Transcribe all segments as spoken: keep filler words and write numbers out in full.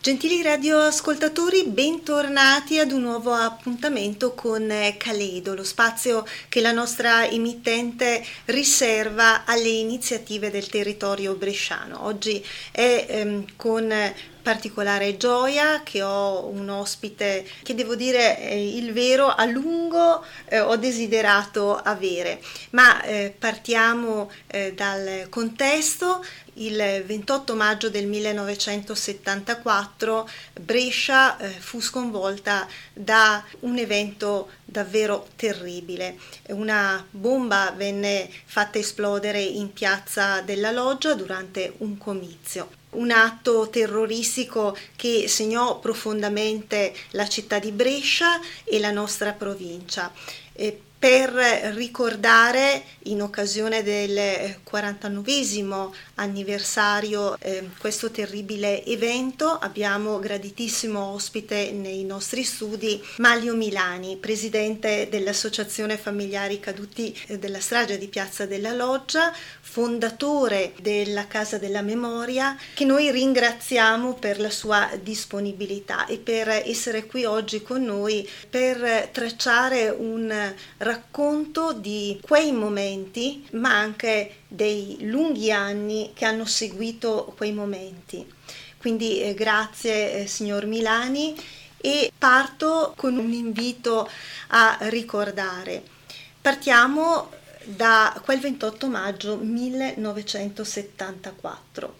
Gentili radioascoltatori, bentornati ad un nuovo appuntamento con Caleido, lo spazio che la nostra emittente riserva alle iniziative del territorio bresciano. Oggi è ehm, con particolare gioia che ho un ospite che devo dire eh, il vero a lungo eh, ho desiderato avere, ma eh, partiamo eh, dal contesto. Il ventotto maggio del millenovecentosettantaquattro Brescia eh, fu sconvolta da un evento davvero terribile. Una bomba venne fatta esplodere in piazza della Loggia durante un comizio. Un atto terroristico che segnò profondamente la città di Brescia e la nostra provincia. E per ricordare, in occasione del quarantanovesimo anniversario eh, questo terribile evento, abbiamo graditissimo ospite nei nostri studi Manlio Milani, presidente dell'Associazione Familiari Caduti della strage di Piazza della Loggia, fondatore della Casa della Memoria, che noi ringraziamo per la sua disponibilità e per essere qui oggi con noi per tracciare un racconto di quei momenti, ma anche dei lunghi anni che hanno seguito quei momenti. Quindi eh, grazie eh, signor Milani, e parto con un invito a ricordare. Partiamo da quel ventotto maggio millenovecentosettantaquattro.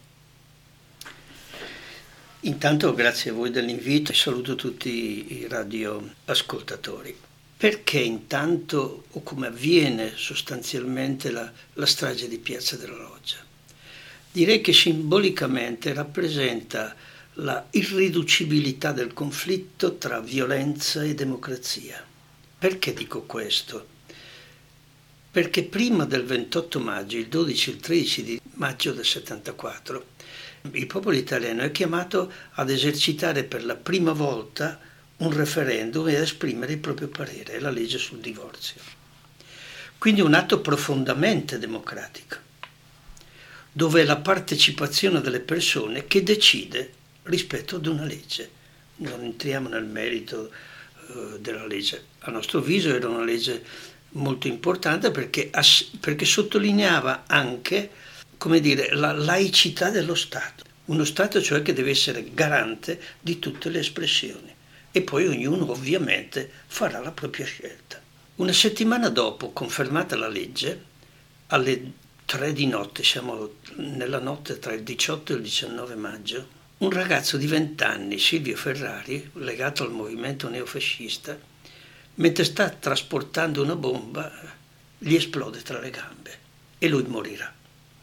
Intanto grazie a voi dell'invito e saluto tutti i radioascoltatori. Perché intanto, o come avviene sostanzialmente la, la strage di Piazza della Loggia? Direi che simbolicamente rappresenta la irriducibilità del conflitto tra violenza e democrazia. Perché dico questo? Perché prima del ventotto maggio, il dodici e il tredici di maggio del settantaquattro, il popolo italiano è chiamato ad esercitare per la prima volta un referendum e ad esprimere il proprio parere, la legge sul divorzio. Quindi un atto profondamente democratico, dove è la partecipazione delle persone che decide rispetto ad una legge. Non entriamo nel merito uh, della legge. A nostro avviso era una legge molto importante perché, perché sottolineava anche, come dire, la laicità dello Stato. Uno Stato cioè che deve essere garante di tutte le espressioni. E poi ognuno ovviamente farà la propria scelta. Una settimana dopo, confermata la legge, alle tre di notte, siamo nella notte tra il diciotto e il diciannove maggio, un ragazzo di venti anni, Silvio Ferrari, legato al movimento neofascista, mentre sta trasportando una bomba, gli esplode tra le gambe e lui morirà.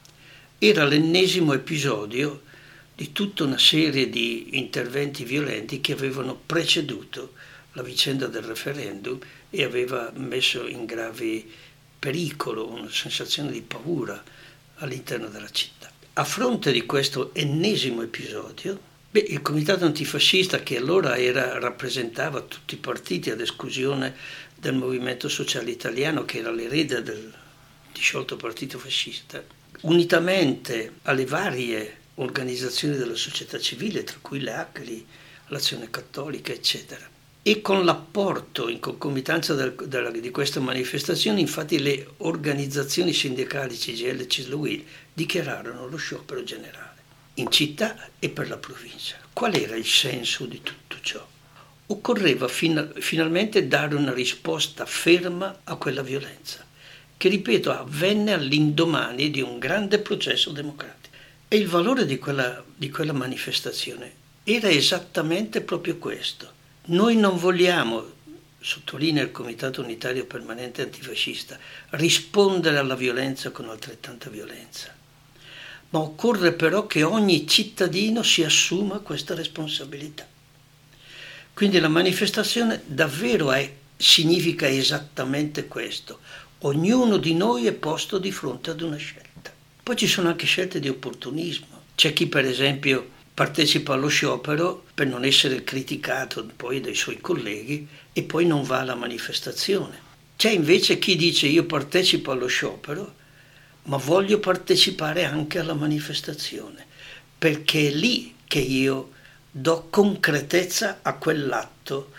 Era l'ennesimo episodio di tutta una serie di interventi violenti che avevano preceduto la vicenda del referendum e aveva messo in grave pericolo una sensazione di paura all'interno della città. A fronte di questo ennesimo episodio, beh, il comitato antifascista, che allora era, rappresentava tutti i partiti ad esclusione del Movimento Sociale Italiano, che era l'erede del disciolto partito fascista, unitamente alle varie organizzazioni della società civile, tra cui l'A C L I, l'Azione Cattolica, eccetera. E con l'apporto, in concomitanza del, della, di questa manifestazione, infatti le organizzazioni sindacali C G I L e C S L U I L dichiararono lo sciopero generale, in città e per la provincia. Qual era il senso di tutto ciò? Occorreva fin, finalmente dare una risposta ferma a quella violenza, che, ripeto, avvenne all'indomani di un grande processo democratico. E il valore di quella, di quella manifestazione era esattamente proprio questo. Noi non vogliamo, sottolinea il Comitato Unitario Permanente Antifascista, rispondere alla violenza con altrettanta violenza, ma occorre però che ogni cittadino si assuma questa responsabilità. Quindi la manifestazione davvero è, significa esattamente questo. Ognuno di noi è posto di fronte ad una scelta. Poi ci sono anche scelte di opportunismo. C'è chi per esempio partecipa allo sciopero per non essere criticato poi dai suoi colleghi e poi non va alla manifestazione. C'è invece chi dice io partecipo allo sciopero ma voglio partecipare anche alla manifestazione perché è lì che io do concretezza a quell'atto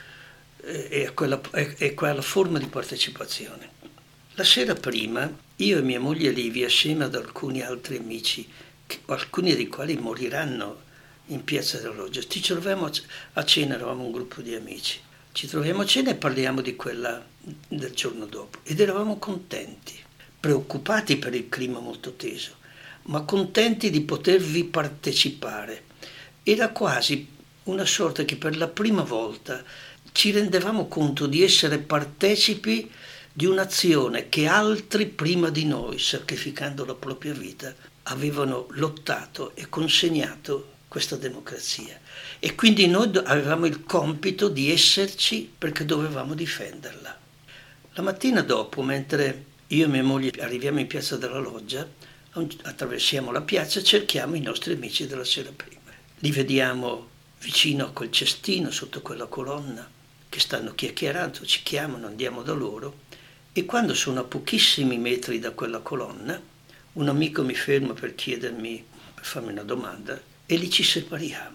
e a quella, e a quella forma di partecipazione. La sera prima, io e mia moglie Livia, assieme ad alcuni altri amici, alcuni dei quali moriranno in Piazza della Loggia, ci troviamo a cena, eravamo un gruppo di amici, ci troviamo a cena e parliamo di quella del giorno dopo ed eravamo contenti, preoccupati per il clima molto teso, ma contenti di potervi partecipare. Era quasi una sorta che per la prima volta ci rendevamo conto di essere partecipi di un'azione che altri prima di noi, sacrificando la propria vita, avevano lottato e consegnato questa democrazia. E quindi noi avevamo il compito di esserci perché dovevamo difenderla. La mattina dopo, mentre io e mia moglie arriviamo in Piazza della Loggia, attraversiamo la piazza e cerchiamo i nostri amici della sera prima. Li vediamo vicino a quel cestino, sotto quella colonna, che stanno chiacchierando, ci chiamano, andiamo da loro, e quando sono a pochissimi metri da quella colonna, un amico mi ferma per chiedermi, per farmi una domanda, e lì ci separiamo.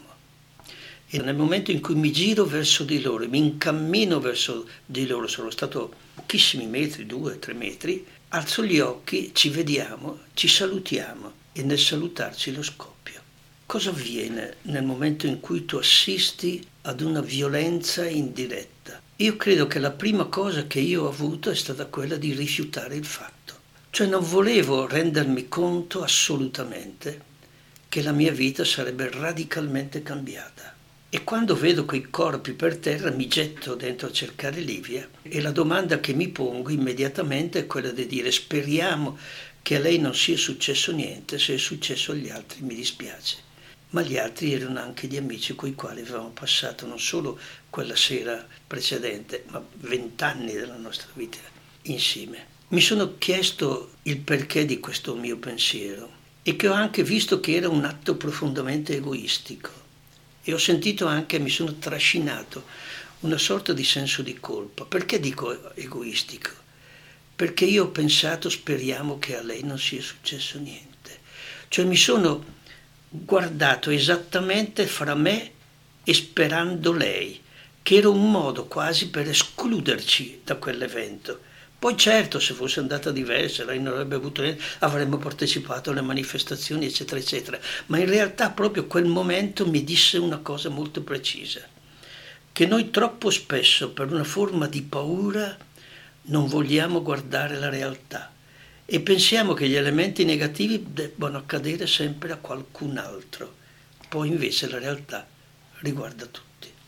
E nel momento in cui mi giro verso di loro, mi incammino verso di loro, sono stato pochissimi metri, due, tre metri, alzo gli occhi, ci vediamo, ci salutiamo e nel salutarci lo scoppio. Cosa avviene nel momento in cui tu assisti ad una violenza indiretta? Io credo che la prima cosa che io ho avuto è stata quella di rifiutare il fatto. Cioè non volevo rendermi conto assolutamente che la mia vita sarebbe radicalmente cambiata. E quando vedo quei corpi per terra mi getto dentro a cercare Livia e la domanda che mi pongo immediatamente è quella di dire: speriamo che a lei non sia successo niente, se è successo agli altri mi dispiace. Ma gli altri erano anche gli amici con i quali avevamo passato non solo quella sera precedente, ma vent'anni della nostra vita insieme. Mi sono chiesto il perché di questo mio pensiero e che ho anche visto che era un atto profondamente egoistico. E ho sentito anche, mi sono trascinato una sorta di senso di colpa. Perché dico egoistico? Perché io ho pensato, speriamo che a lei non sia successo niente. Cioè mi sono guardato esattamente fra me e sperando lei, che era un modo quasi per escluderci da quell'evento. Poi certo, se fosse andata diversa, lei non avrebbe avuto niente, avremmo partecipato alle manifestazioni, eccetera, eccetera. Ma in realtà proprio quel momento mi disse una cosa molto precisa, che noi troppo spesso, per una forma di paura, non vogliamo guardare la realtà e pensiamo che gli elementi negativi debbano accadere sempre a qualcun altro. Poi invece la realtà riguarda tutti.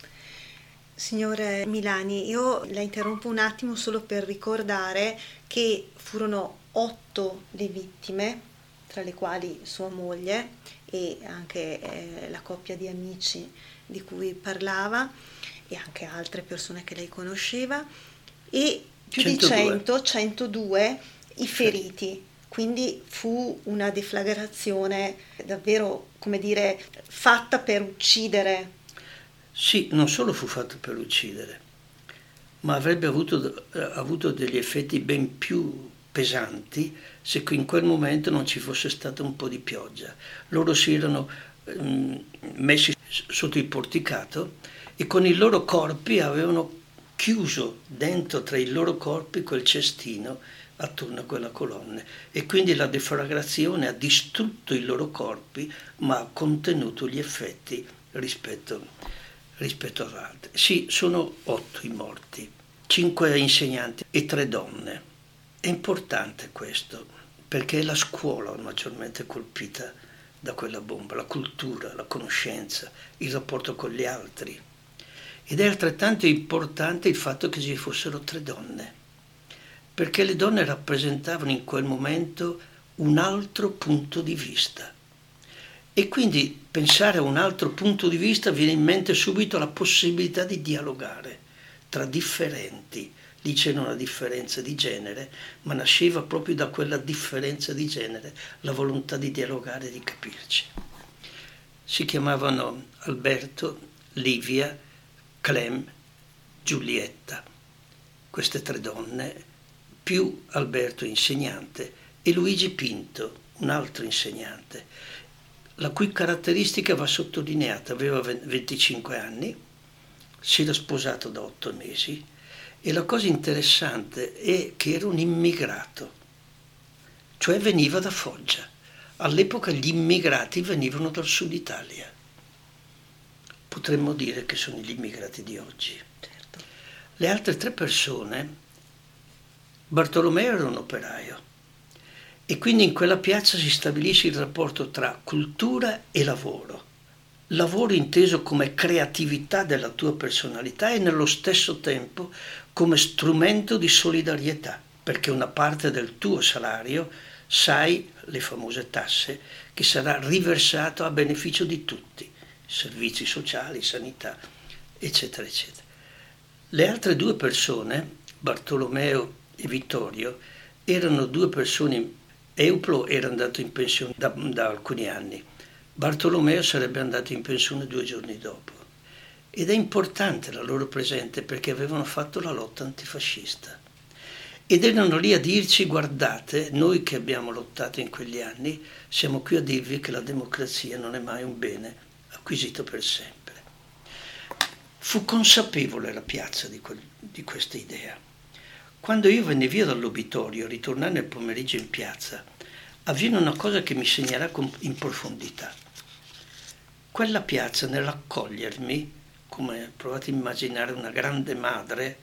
Signore Milani, io la interrompo un attimo solo per ricordare che furono otto le vittime, tra le quali sua moglie e anche eh, la coppia di amici di cui parlava e anche altre persone che lei conosceva, e più centodue. Di cento, centodue i feriti. Quindi fu una deflagrazione davvero, come dire, fatta per uccidere. Sì, non solo fu fatto per uccidere, ma avrebbe avuto, avuto degli effetti ben più pesanti se in quel momento non ci fosse stata un po' di pioggia. Loro si erano um, messi sotto il porticato e con i loro corpi avevano chiuso dentro tra i loro corpi quel cestino attorno a quella colonna e quindi la deflagrazione ha distrutto i loro corpi ma ha contenuto gli effetti rispetto rispetto ad altri. Sì, sono otto i morti, cinque insegnanti e tre donne. È importante questo, perché è la scuola maggiormente colpita da quella bomba, la cultura, la conoscenza, il rapporto con gli altri. Ed è altrettanto importante il fatto che ci fossero tre donne, perché le donne rappresentavano in quel momento un altro punto di vista. E quindi pensare a un altro punto di vista viene in mente subito la possibilità di dialogare tra differenti. Lì c'era una differenza di genere, ma nasceva proprio da quella differenza di genere la volontà di dialogare e di capirci. Si chiamavano Alberto, Livia, Clem, Giulietta. Queste tre donne, più Alberto insegnante e Luigi Pinto, un altro insegnante. la cui caratteristica va sottolineata. Aveva venticinque anni, si era sposato da otto mesi e la cosa interessante è che era un immigrato, cioè veniva da Foggia. All'epoca gli immigrati venivano dal sud Italia. Potremmo dire che sono gli immigrati di oggi. Certo. Le altre tre persone, Bartolomeo era un operaio e quindi in quella piazza si stabilisce il rapporto tra cultura e lavoro. Lavoro inteso come creatività della tua personalità e nello stesso tempo come strumento di solidarietà, perché una parte del tuo salario, sai, le famose tasse, che sarà riversato a beneficio di tutti, servizi sociali, sanità, eccetera, eccetera. Le altre due persone, Bartolomeo e Vittorio, erano due persone. Euplo era andato in pensione da, da alcuni anni, Bartolomeo sarebbe andato in pensione due giorni dopo. Ed è importante la loro presenza perché avevano fatto la lotta antifascista. Ed erano lì a dirci: guardate, noi che abbiamo lottato in quegli anni, siamo qui a dirvi che la democrazia non è mai un bene acquisito per sempre. Fu consapevole la piazza di, quel, di questa idea. Quando io venni via dall'obitorio, ritornai nel pomeriggio in piazza, avviene una cosa che mi segnerà in profondità. Quella piazza, nell'accogliermi, come provate a immaginare una grande madre,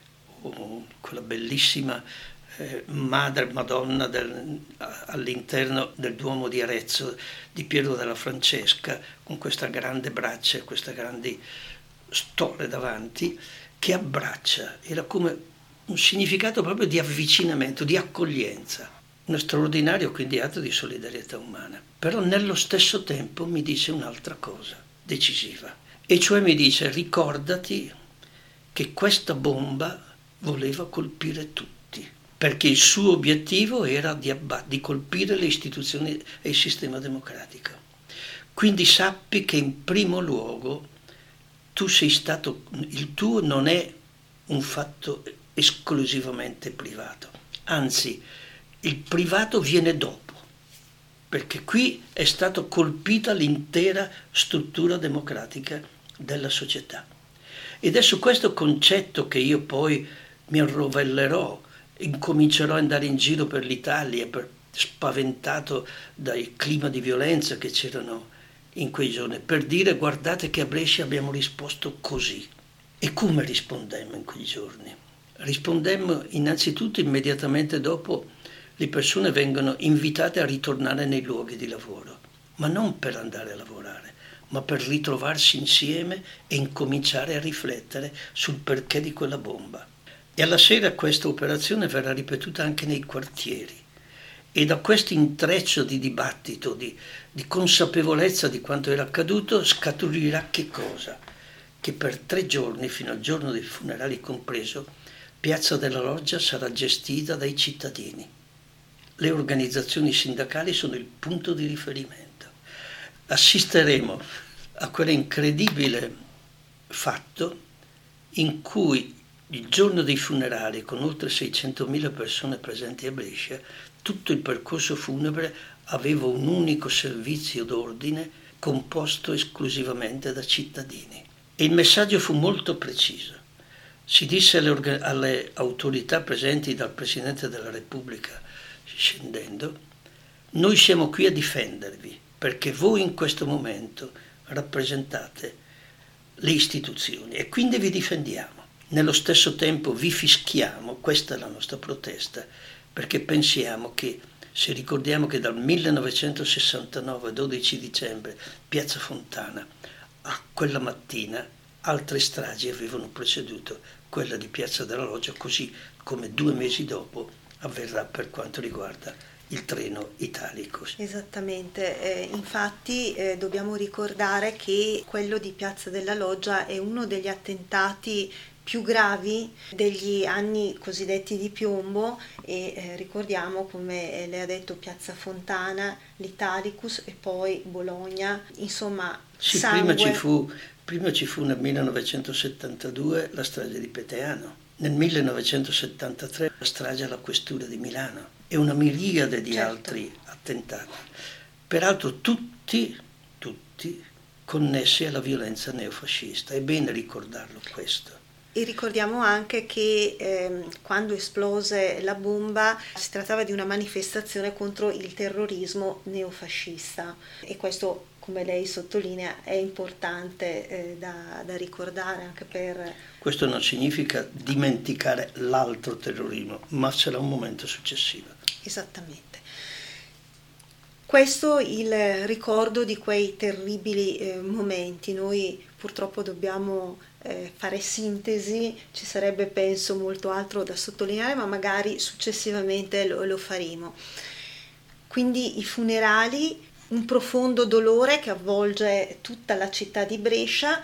o quella bellissima eh, madre Madonna del, all'interno del Duomo di Arezzo di Piero della Francesca, con questa grande braccia e queste grandi stole davanti, che abbraccia, era come un significato proprio di avvicinamento, di accoglienza, uno straordinario quindi atto di solidarietà umana. Però nello stesso tempo mi dice un'altra cosa decisiva, e cioè mi dice: ricordati che questa bomba voleva colpire tutti, perché il suo obiettivo era di, abba- di colpire le istituzioni e il sistema democratico. Quindi sappi che in primo luogo tu sei stato, il tuo non è un fatto esclusivamente privato, anzi il privato viene dopo, perché qui è stata colpita l'intera struttura democratica della società. Ed è su questo concetto che io poi mi arrovellerò, incomincerò ad andare in giro per l'Italia, per, spaventato dal clima di violenza che c'erano in quei giorni, per dire: guardate che a Brescia abbiamo risposto così. E come rispondemmo in quei giorni? Rispondemmo innanzitutto immediatamente dopo le persone vengono invitate a ritornare nei luoghi di lavoro, ma non per andare a lavorare, ma per ritrovarsi insieme e incominciare a riflettere sul perché di quella bomba. E alla sera questa operazione verrà ripetuta anche nei quartieri. E da questo intreccio di dibattito, di, di consapevolezza di quanto era accaduto, scaturirà che cosa? Che per tre giorni, fino al giorno dei funerali compreso, Piazza della Loggia sarà gestita dai cittadini. Le organizzazioni sindacali sono il punto di riferimento. Assisteremo a quell'incredibile fatto in cui il giorno dei funerali, con oltre seicentomila persone presenti a Brescia, tutto il percorso funebre aveva un unico servizio d'ordine composto esclusivamente da cittadini. E il messaggio fu molto preciso. Si disse alle, orga- alle autorità presenti, dal Presidente della Repubblica scendendo: noi siamo qui a difendervi perché voi in questo momento rappresentate le istituzioni e quindi vi difendiamo. Nello stesso tempo vi fischiamo, questa è la nostra protesta, perché pensiamo che, se ricordiamo che dal millenovecentosessantanove, dodici dicembre, Piazza Fontana, a quella mattina altre stragi avevano preceduto quella di Piazza della Loggia, così come due mesi dopo avverrà per quanto riguarda il treno Italicus. Esattamente, eh, infatti eh, dobbiamo ricordare che quello di Piazza della Loggia è uno degli attentati più gravi degli anni cosiddetti di piombo e eh, ricordiamo, come lei ha detto, Piazza Fontana, l'Italicus e poi Bologna, insomma sì, sangue. Prima ci fu, prima ci fu nel millenovecentosettantadue la strage di Peteano, nel millenovecentosettantatré la strage alla questura di Milano e una miriade di certo. altri attentati. peraltro tutti, tutti connessi alla violenza neofascista. È bene ricordarlo questo. E ricordiamo anche che eh, quando esplose la bomba si trattava di una manifestazione contro il terrorismo neofascista, e questo, come lei sottolinea, è importante eh, da, da ricordare anche per... Questo non significa dimenticare l'altro terrorismo, ma sarà un momento successivo. Esattamente. Questo il ricordo di quei terribili eh, momenti. Noi purtroppo dobbiamo eh, fare sintesi, ci sarebbe penso molto altro da sottolineare, ma magari successivamente lo, lo faremo. Quindi i funerali, un profondo dolore che avvolge tutta la città di Brescia,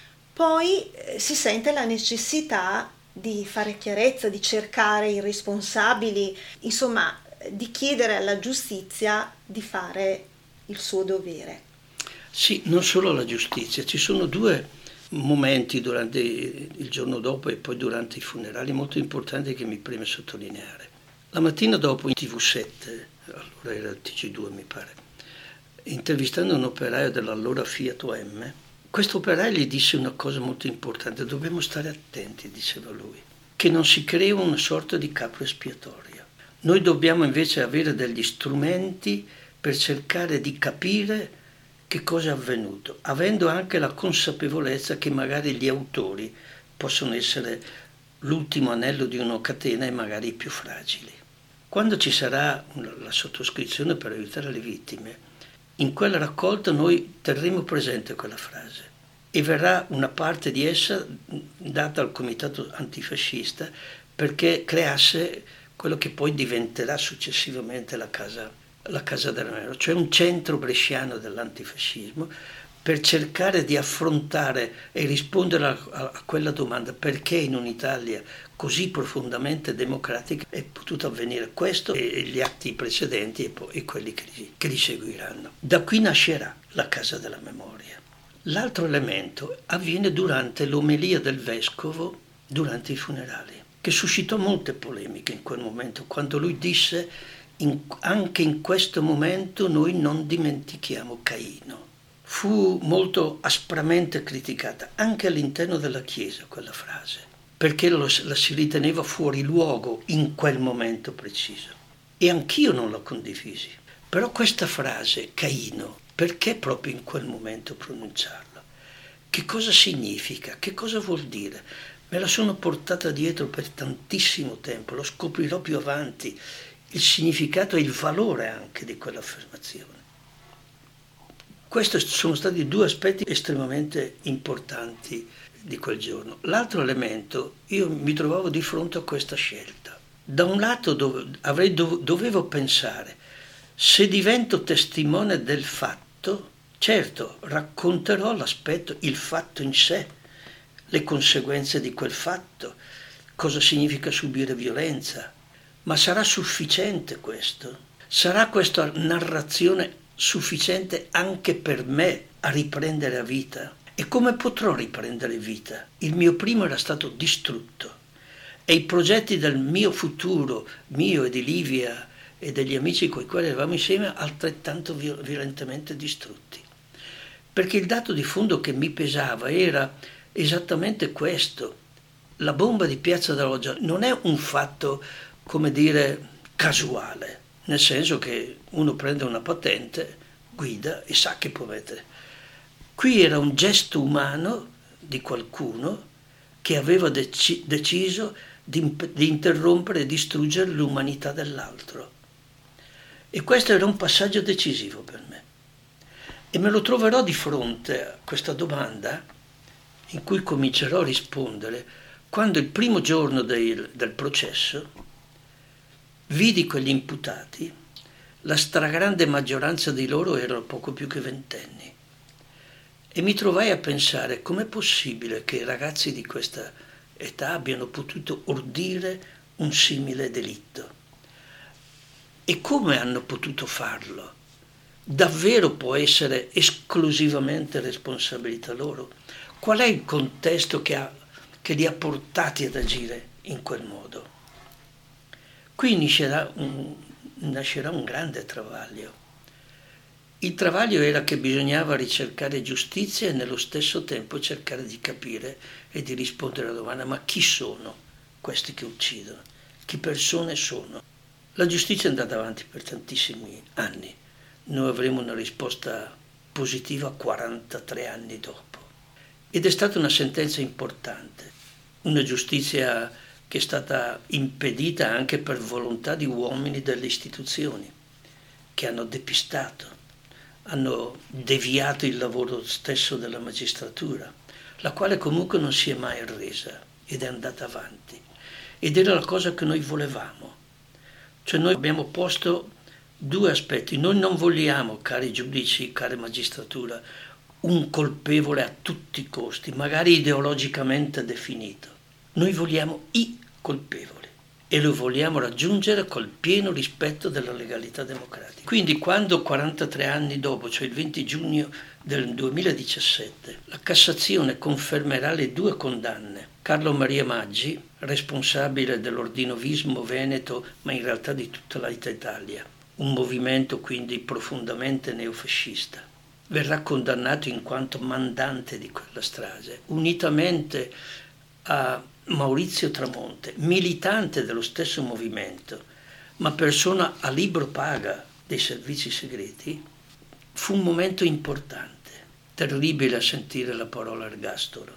poi eh, si sente la necessità di fare chiarezza, di cercare i responsabili, insomma di chiedere alla giustizia di fare il suo dovere. Sì, non solo la giustizia, ci sono due momenti durante il giorno dopo e poi durante i funerali molto importanti che mi preme sottolineare. La mattina dopo in T V sette, allora era il T G due mi pare, intervistando un operaio dell'allora Fiat O M, questo operaio gli disse una cosa molto importante: dobbiamo stare attenti, diceva lui, che non si crea una sorta di capro espiatorio. Noi dobbiamo invece avere degli strumenti per cercare di capire che cosa è avvenuto, avendo anche la consapevolezza che magari gli autori possono essere l'ultimo anello di una catena e magari i più fragili. Quando ci sarà la sottoscrizione per aiutare le vittime, in quella raccolta noi terremo presente quella frase e verrà una parte di essa data al comitato antifascista perché creasse quello che poi diventerà successivamente la Casa, la Casa della Memoria, cioè un centro bresciano dell'antifascismo, per cercare di affrontare e rispondere a, a, a quella domanda: perché in un'Italia così profondamente democratica è potuto avvenire questo e gli atti precedenti e, poi, e quelli che li, che li seguiranno. Da qui nascerà la Casa della Memoria. L'altro elemento avviene durante l'omelia del vescovo durante i funerali, che suscitò molte polemiche in quel momento, quando lui disse: in, anche in questo momento noi non dimentichiamo Caino. Fu molto aspramente criticata anche all'interno della Chiesa quella frase, perché lo, la si riteneva fuori luogo in quel momento preciso. E anch'io non la condivisi. Però questa frase, Caino, perché proprio in quel momento pronunciarla? Che cosa significa? Che cosa vuol dire? Me la sono portata dietro per tantissimo tempo, lo scoprirò più avanti, il significato e il valore anche di quell'affermazione. Questi sono stati due aspetti estremamente importanti di quel giorno. L'altro elemento, io mi trovavo di fronte a questa scelta. Da un lato dove, avrei, dov, dovevo pensare: se divento testimone del fatto, certo racconterò l'aspetto, il fatto in sé, le conseguenze di quel fatto, cosa significa subire violenza. Ma sarà sufficiente questo? Sarà questa narrazione sufficiente anche per me a riprendere a vita? E come potrò riprendere vita? Il mio primo era stato distrutto e i progetti del mio futuro, mio e di Livia e degli amici con i quali eravamo insieme, altrettanto violentemente distrutti. Perché il dato di fondo che mi pesava era esattamente questo: la bomba di Piazza della Loggia non è un fatto, come dire, casuale, nel senso che uno prende una patente, guida e sa che può mettere. Qui era un gesto umano di qualcuno che aveva dec- deciso di, imp- di interrompere e distruggere l'umanità dell'altro. E questo era un passaggio decisivo per me. E me lo troverò di fronte a questa domanda in cui comincerò a rispondere quando il primo giorno del, del processo vidi quegli imputati, la stragrande maggioranza di loro erano poco più che ventenni, e mi trovai a pensare: com'è possibile che i ragazzi di questa età abbiano potuto ordire un simile delitto? E come hanno potuto farlo? Davvero può essere esclusivamente responsabilità loro? Qual è il contesto che, ha, che li ha portati ad agire in quel modo? Qui nascerà un, nascerà un grande travaglio. Il travaglio era che bisognava ricercare giustizia e nello stesso tempo cercare di capire e di rispondere alla domanda: ma chi sono questi che uccidono? Che persone sono? La giustizia è andata avanti per tantissimi anni. Noi avremo una risposta positiva quarantatré anni dopo. Ed è stata una sentenza importante, una giustizia che è stata impedita anche per volontà di uomini delle istituzioni, che hanno depistato, hanno deviato il lavoro stesso della magistratura, la quale comunque non si è mai arresa ed è andata avanti. Ed era la cosa che noi volevamo. Cioè noi abbiamo posto due aspetti. Noi non vogliamo, cari giudici, cara magistratura, un colpevole a tutti i costi, magari ideologicamente definito. Noi vogliamo i colpevoli e lo vogliamo raggiungere col pieno rispetto della legalità democratica. Quindi quando quarantatré anni dopo, cioè il venti giugno del duemiladiciassette, la Cassazione confermerà le due condanne, Carlo Maria Maggi, responsabile dell'ordinovismo veneto, ma in realtà di tutta l'Italia, un movimento quindi profondamente neofascista, verrà condannato in quanto mandante di quella strage, unitamente a Maurizio Tramonte, militante dello stesso movimento, ma persona a libro paga dei servizi segreti. Fu un momento importante, terribile a sentire la parola ergastolo,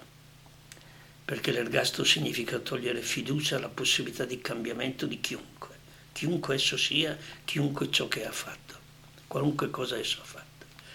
perché l'ergastolo significa togliere fiducia alla possibilità di cambiamento di chiunque, chiunque esso sia, chiunque ciò che ha fatto, qualunque cosa esso ha fatto.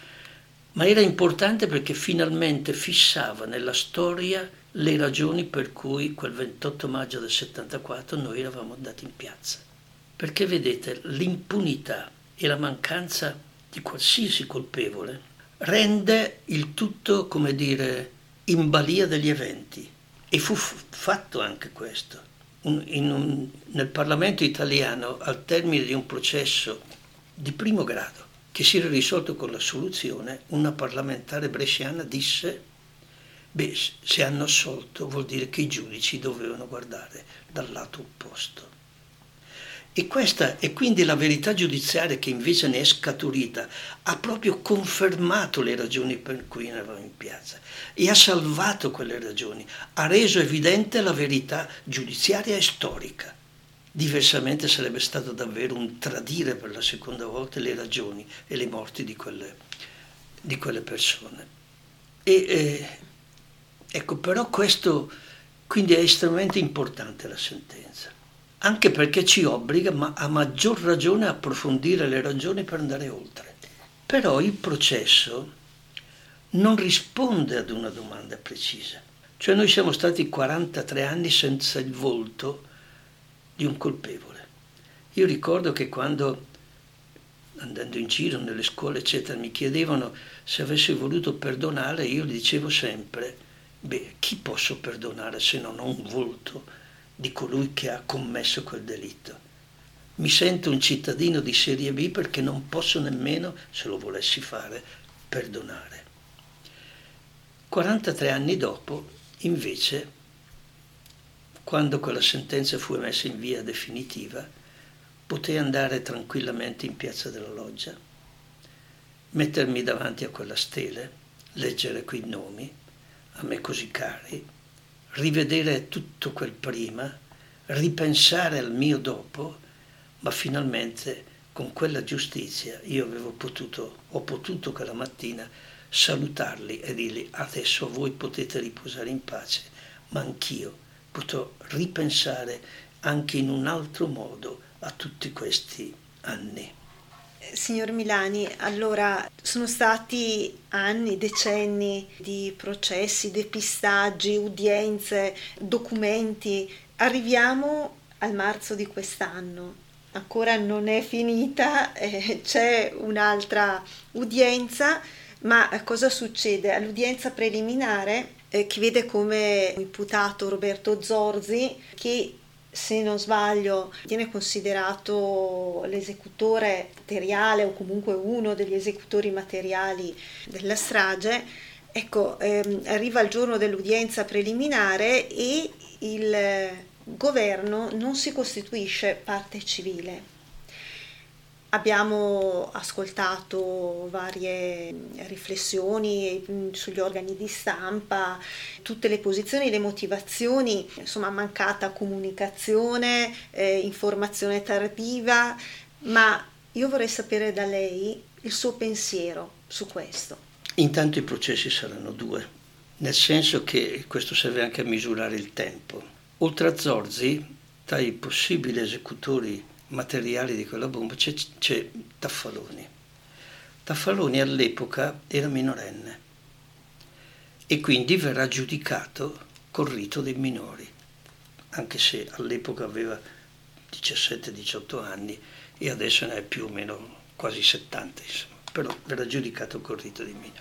Ma era importante perché finalmente fissava nella storia le ragioni per cui quel ventotto maggio del settantaquattro noi eravamo andati in piazza. Perché vedete, l'impunità e la mancanza di qualsiasi colpevole rende il tutto, come dire, in balia degli eventi. E fu f- fatto anche questo. Un, in un, nel Parlamento italiano, al termine di un processo di primo grado, che si era risolto con l'assoluzione, una parlamentare bresciana disse: beh, se hanno assolto vuol dire che i giudici dovevano guardare dal lato opposto. E questa è quindi la verità giudiziaria che invece ne è scaturita, ha proprio confermato le ragioni per cui eravamo in piazza e ha salvato quelle ragioni, ha reso evidente la verità giudiziaria e storica. Diversamente sarebbe stato davvero un tradire per la seconda volta le ragioni e le morti di quelle, di quelle persone. E eh, ecco, però questo quindi è estremamente importante, la sentenza, anche perché ci obbliga, ma a maggior ragione, a approfondire le ragioni per andare oltre. Però il processo non risponde ad una domanda precisa. Cioè noi siamo stati quarantatré anni senza il volto di un colpevole. Io ricordo che quando, andando in giro nelle scuole eccetera, mi chiedevano se avessi voluto perdonare, io gli dicevo sempre: beh, chi posso perdonare se non ho un volto di colui che ha commesso quel delitto? Mi sento un cittadino di serie B perché non posso nemmeno, se lo volessi fare, perdonare. quarantatré anni dopo, invece, quando quella sentenza fu emessa in via definitiva, potei andare tranquillamente in Piazza della Loggia, mettermi davanti a quella stele, leggere quei nomi, a me così cari, rivedere tutto quel prima, ripensare al mio dopo, ma finalmente con quella giustizia io avevo potuto, ho potuto quella mattina salutarli e dirgli: adesso voi potete riposare in pace, ma anch'io potrò ripensare anche in un altro modo a tutti questi anni. Signor Milani, allora sono stati anni, decenni di processi, depistaggi, udienze, documenti. Arriviamo al marzo di quest'anno, ancora non è finita, eh, c'è un'altra udienza, ma cosa succede? All'udienza preliminare eh, che vede come imputato Roberto Zorzi, che se non sbaglio viene considerato l'esecutore materiale o comunque uno degli esecutori materiali della strage. Ecco, ehm, arriva il giorno dell'udienza preliminare e il governo non si costituisce parte civile. Abbiamo ascoltato varie riflessioni sugli organi di stampa, tutte le posizioni, le motivazioni, insomma mancata comunicazione, eh, informazione tardiva, ma io vorrei sapere da lei il suo pensiero su questo. Intanto i processi saranno due, nel senso che questo serve anche a misurare il tempo. Oltre a Zorzi, tra i possibili esecutori materiali di quella bomba c'è, c'è Taffaloni. Taffaloni all'epoca era minorenne e quindi verrà giudicato col rito dei minori, anche se all'epoca aveva diciassette diciotto anni e adesso ne ha più o meno quasi settanta, insomma, però verrà giudicato col rito dei minori.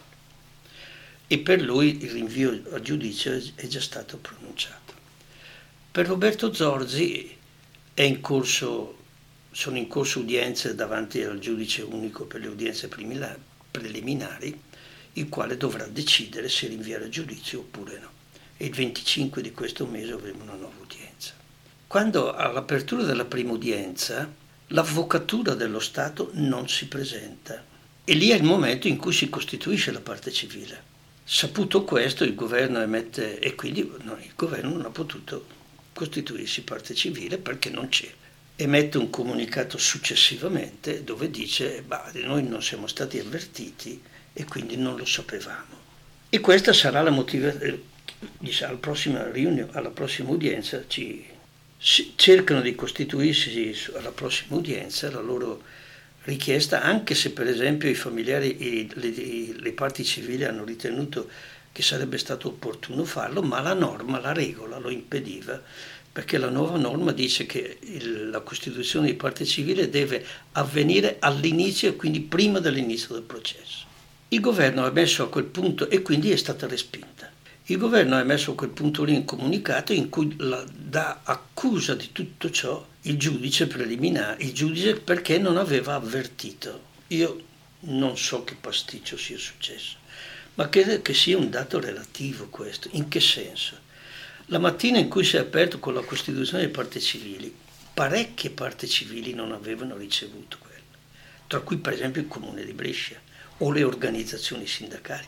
E per lui il rinvio a giudizio è già stato pronunciato. Per Roberto Zorzi è in corso, sono in corso udienze davanti al giudice unico per le udienze preliminari, il quale dovrà decidere se rinviare a giudizio oppure no. E il venticinque di questo mese avremo una nuova udienza. Quando all'apertura della prima udienza l'avvocatura dello Stato non si presenta e lì è il momento in cui si costituisce la parte civile. Saputo questo, il governo emette, e quindi no, il governo non ha potuto costituirsi parte civile perché non c'è. Emette un comunicato successivamente dove dice bah, noi non siamo stati avvertiti e quindi non lo sapevamo. E questa sarà la motivazione, diciamo, alla prossima riunione, alla prossima udienza ci cercano di costituirsi alla prossima udienza la loro richiesta, anche se per esempio i familiari e le, le parti civili hanno ritenuto che sarebbe stato opportuno farlo, ma la norma, la regola lo impediva, perché la nuova norma dice che il, la costituzione di parte civile deve avvenire all'inizio e quindi prima dell'inizio del processo. Il governo ha messo a quel punto, e quindi è stata respinta, il governo ha emesso a quel punto lì un comunicato in cui la, dà accusa di tutto ciò il giudice preliminare, il giudice perché non aveva avvertito. Io non so che pasticcio sia successo, ma credo che sia un dato relativo questo. In che senso? La mattina in cui si è aperto con la costituzione delle parti civili, parecchie parti civili non avevano ricevuto quello, tra cui per esempio il Comune di Brescia o le organizzazioni sindacali.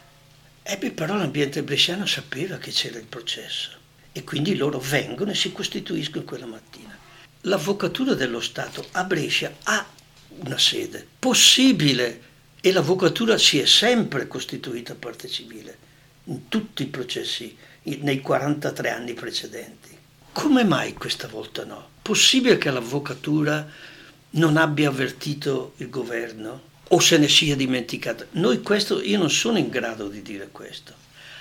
E beh, però l'ambiente bresciano sapeva che c'era il processo e quindi loro vengono e si costituiscono quella mattina. L'avvocatura dello Stato a Brescia ha una sede possibile e l'avvocatura si è sempre costituita parte civile in tutti i processi nei quarantatré anni precedenti. Come mai questa volta no? Possibile che l'avvocatura non abbia avvertito il governo o se ne sia dimenticato? Noi questo, io non sono in grado di dire questo.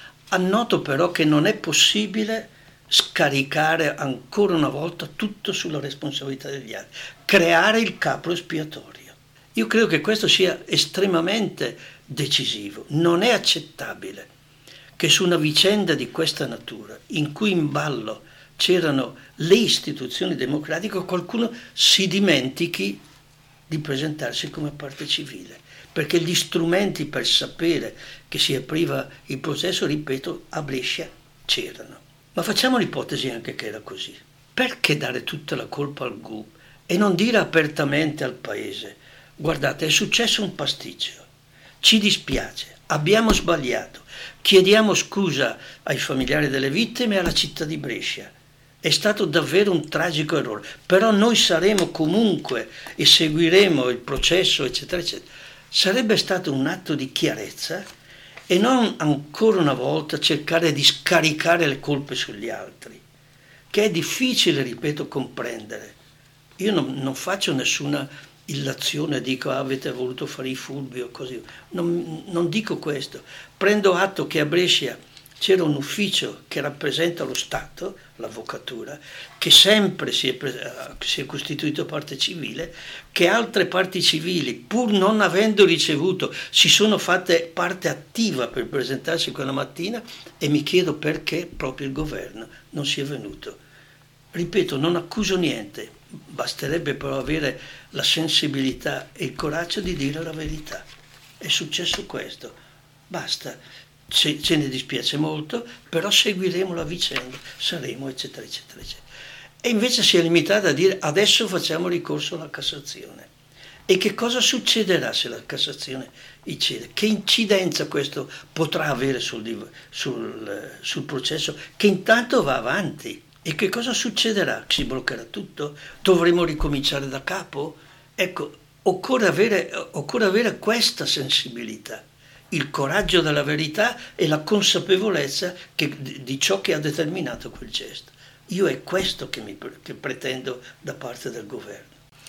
Annoto però che non è possibile scaricare ancora una volta tutto sulla responsabilità degli altri, creare il capro espiatorio. Io credo che questo sia estremamente decisivo. Non è accettabile che su una vicenda di questa natura, in cui in ballo c'erano le istituzioni democratiche, qualcuno si dimentichi di presentarsi come parte civile, perché gli strumenti per sapere che si apriva il processo, ripeto, a Brescia c'erano. Ma facciamo l'ipotesi anche che era così. Perché dare tutta la colpa al G U P e non dire apertamente al Paese guardate, è successo un pasticcio, ci dispiace, abbiamo sbagliato, chiediamo scusa ai familiari delle vittime e alla città di Brescia. È stato davvero un tragico errore, però noi saremo comunque e seguiremo il processo, eccetera, eccetera. Sarebbe stato un atto di chiarezza e non ancora una volta cercare di scaricare le colpe sugli altri, che è difficile, ripeto, comprendere. Io non, non faccio nessuna illazione, dico ah, avete voluto fare i furbi o così, non, non dico questo. Prendo atto che a Brescia c'era un ufficio che rappresenta lo Stato, l'avvocatura, che sempre si è, si è costituito parte civile, che altre parti civili, pur non avendo ricevuto, si sono fatte parte attiva per presentarsi quella mattina, e mi chiedo perché proprio il governo non sia venuto. Ripeto, non accuso niente, basterebbe però avere la sensibilità e il coraggio di dire la verità. È successo questo, basta. Ce, ce ne dispiace molto, però seguiremo la vicenda, saremo, eccetera, eccetera, eccetera. E invece si è limitata a dire adesso facciamo ricorso alla Cassazione. E che cosa succederà se la Cassazione incide? Che incidenza questo potrà avere sul, sul, sul processo che intanto va avanti? E che cosa succederà? Si bloccherà tutto? Dovremo ricominciare da capo? Ecco, occorre avere, occorre avere questa sensibilità, il coraggio della verità e la consapevolezza che, di ciò che ha determinato quel gesto. Io è questo che, mi, che pretendo da parte del governo.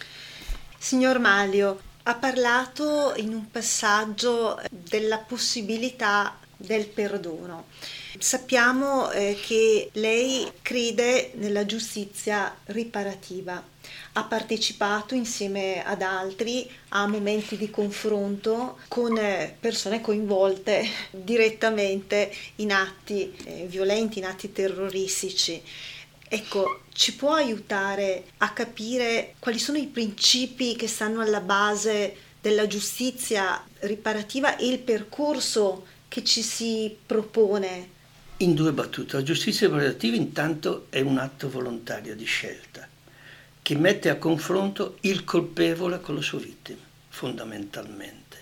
Signor Manlio, ha parlato in un passaggio della possibilità del perdono. Sappiamo eh, che lei crede nella giustizia riparativa. Ha partecipato insieme ad altri a momenti di confronto con eh, persone coinvolte direttamente in atti eh, violenti, in atti terroristici. Ecco, ci può aiutare a capire quali sono i principi che stanno alla base della giustizia riparativa e il percorso che ci si propone? In due battute, la giustizia riparativa intanto è un atto volontario di scelta che mette a confronto il colpevole con la sua vittima, fondamentalmente.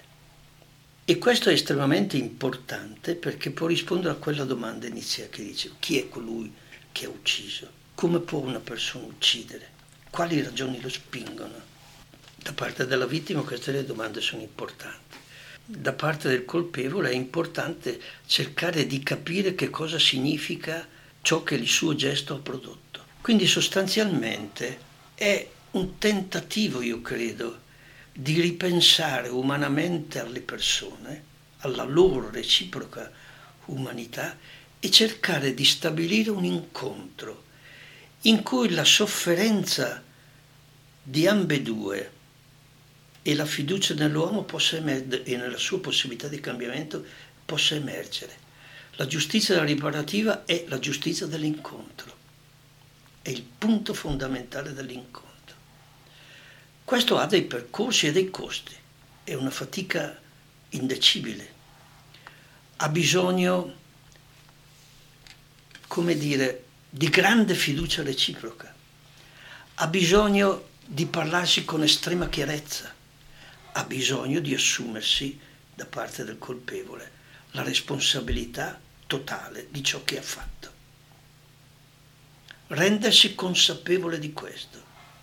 E questo è estremamente importante perché può rispondere a quella domanda iniziale che dice: chi è colui che ha ucciso? Come può una persona uccidere? Quali ragioni lo spingono? Da parte della vittima queste domande sono importanti. Da parte del colpevole è importante cercare di capire che cosa significa ciò che il suo gesto ha prodotto. Quindi sostanzialmente è un tentativo, io credo, di ripensare umanamente alle persone, alla loro reciproca umanità e cercare di stabilire un incontro in cui la sofferenza di ambedue e la fiducia nell'uomo possa emergere e nella sua possibilità di cambiamento possa emergere. La giustizia riparativa è la giustizia dell'incontro, è il punto fondamentale dell'incontro. Questo ha dei percorsi e dei costi, è una fatica indecibile, ha bisogno, come dire, di grande fiducia reciproca, ha bisogno di parlarsi con estrema chiarezza, ha bisogno di assumersi da parte del colpevole la responsabilità totale di ciò che ha fatto, rendersi consapevole di questo.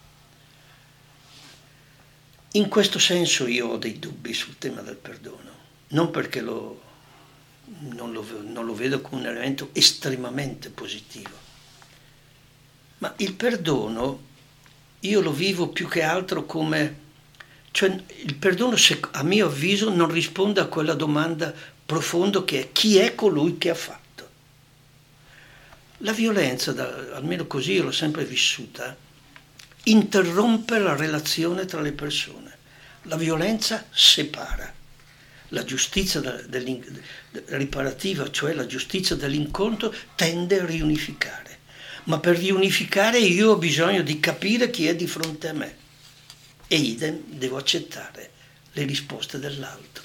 In questo senso io ho dei dubbi sul tema del perdono, non perché lo, non lo, non lo vedo come un elemento estremamente positivo, ma il perdono io lo vivo più che altro come, cioè il perdono, a mio avviso, non risponde a quella domanda profonda che è: chi è colui che ha fatto? La violenza, da, almeno così io l'ho sempre vissuta, interrompe la relazione tra le persone. La violenza separa. La giustizia riparativa, cioè la giustizia dell'incontro, tende a riunificare. Ma per riunificare io ho bisogno di capire chi è di fronte a me e idem devo accettare le risposte dell'altro.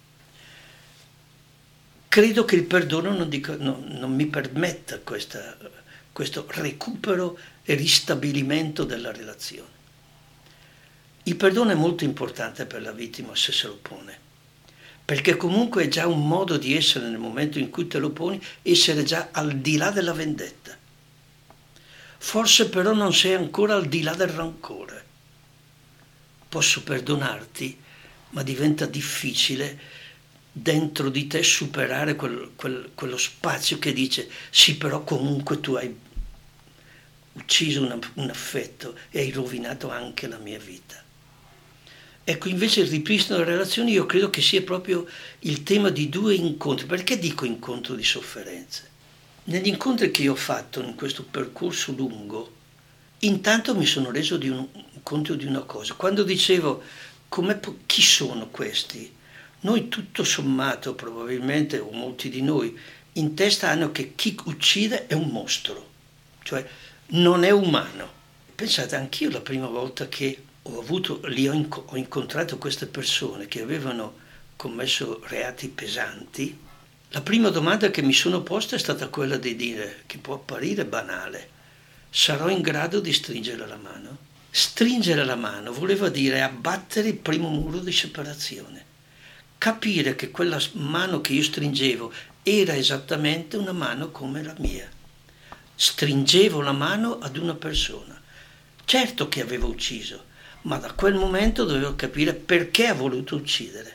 Credo che il perdono non, dico, no, non mi permetta questa, questo recupero e ristabilimento della relazione. Il perdono è molto importante per la vittima se se lo pone, perché comunque è già un modo di essere, nel momento in cui te lo poni, essere già al di là della vendetta. Forse però non sei ancora al di là del rancore. Posso perdonarti, ma diventa difficile dentro di te superare quel, quel, quello spazio che dice: sì, però comunque tu hai ucciso una, un affetto e hai rovinato anche la mia vita. Ecco, invece il ripristino delle relazioni io credo che sia proprio il tema di due incontri. Perché dico incontro di sofferenze? Negli incontri che io ho fatto in questo percorso lungo, intanto mi sono reso di un, conto di una cosa. Quando dicevo come, chi sono questi? Noi tutto sommato, probabilmente, o molti di noi, in testa hanno che chi uccide è un mostro, cioè non è umano. Pensate, anch'io la prima volta che ho avuto, lì ho, inco- ho incontrato queste persone che avevano commesso reati pesanti, la prima domanda che mi sono posta è stata quella di dire, che può apparire banale: sarò in grado di stringere la mano? Stringere la mano voleva dire abbattere il primo muro di separazione, capire che quella mano che io stringevo era esattamente una mano come la mia. Stringevo la mano ad una persona. Certo che avevo ucciso, ma da quel momento dovevo capire perché ha voluto uccidere,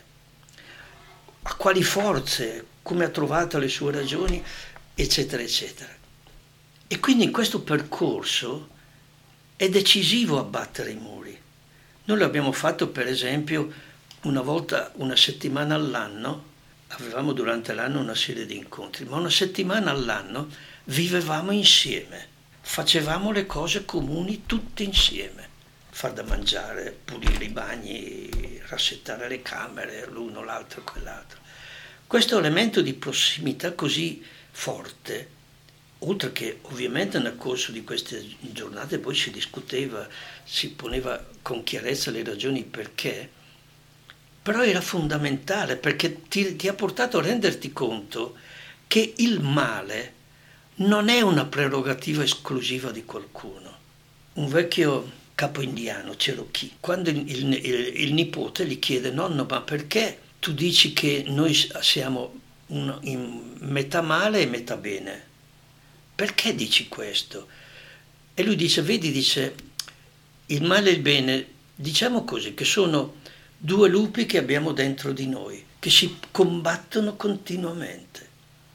a quali forze, come ha trovato le sue ragioni, eccetera, eccetera. E quindi in questo percorso è decisivo abbattere i muri. Noi l'abbiamo fatto, per esempio, una volta, una settimana all'anno, avevamo durante l'anno una serie di incontri, ma una settimana all'anno vivevamo insieme, facevamo le cose comuni tutti insieme, far da mangiare, pulire i bagni, rassettare le camere, l'uno, l'altro e quell'altro. Questo elemento di prossimità così forte, oltre che ovviamente nel corso di queste giornate poi si discuteva, si poneva con chiarezza le ragioni perché, però era fondamentale perché ti, ti ha portato a renderti conto che il male non è una prerogativa esclusiva di qualcuno. Un vecchio capo indiano, Cherokee, quando il, il, il, il nipote gli chiede: nonno, ma perché tu dici che noi siamo un, in metà male e metà bene? Perché dici questo? E lui dice, vedi, dice, il male e il bene, diciamo così, che sono due lupi che abbiamo dentro di noi, che si combattono continuamente.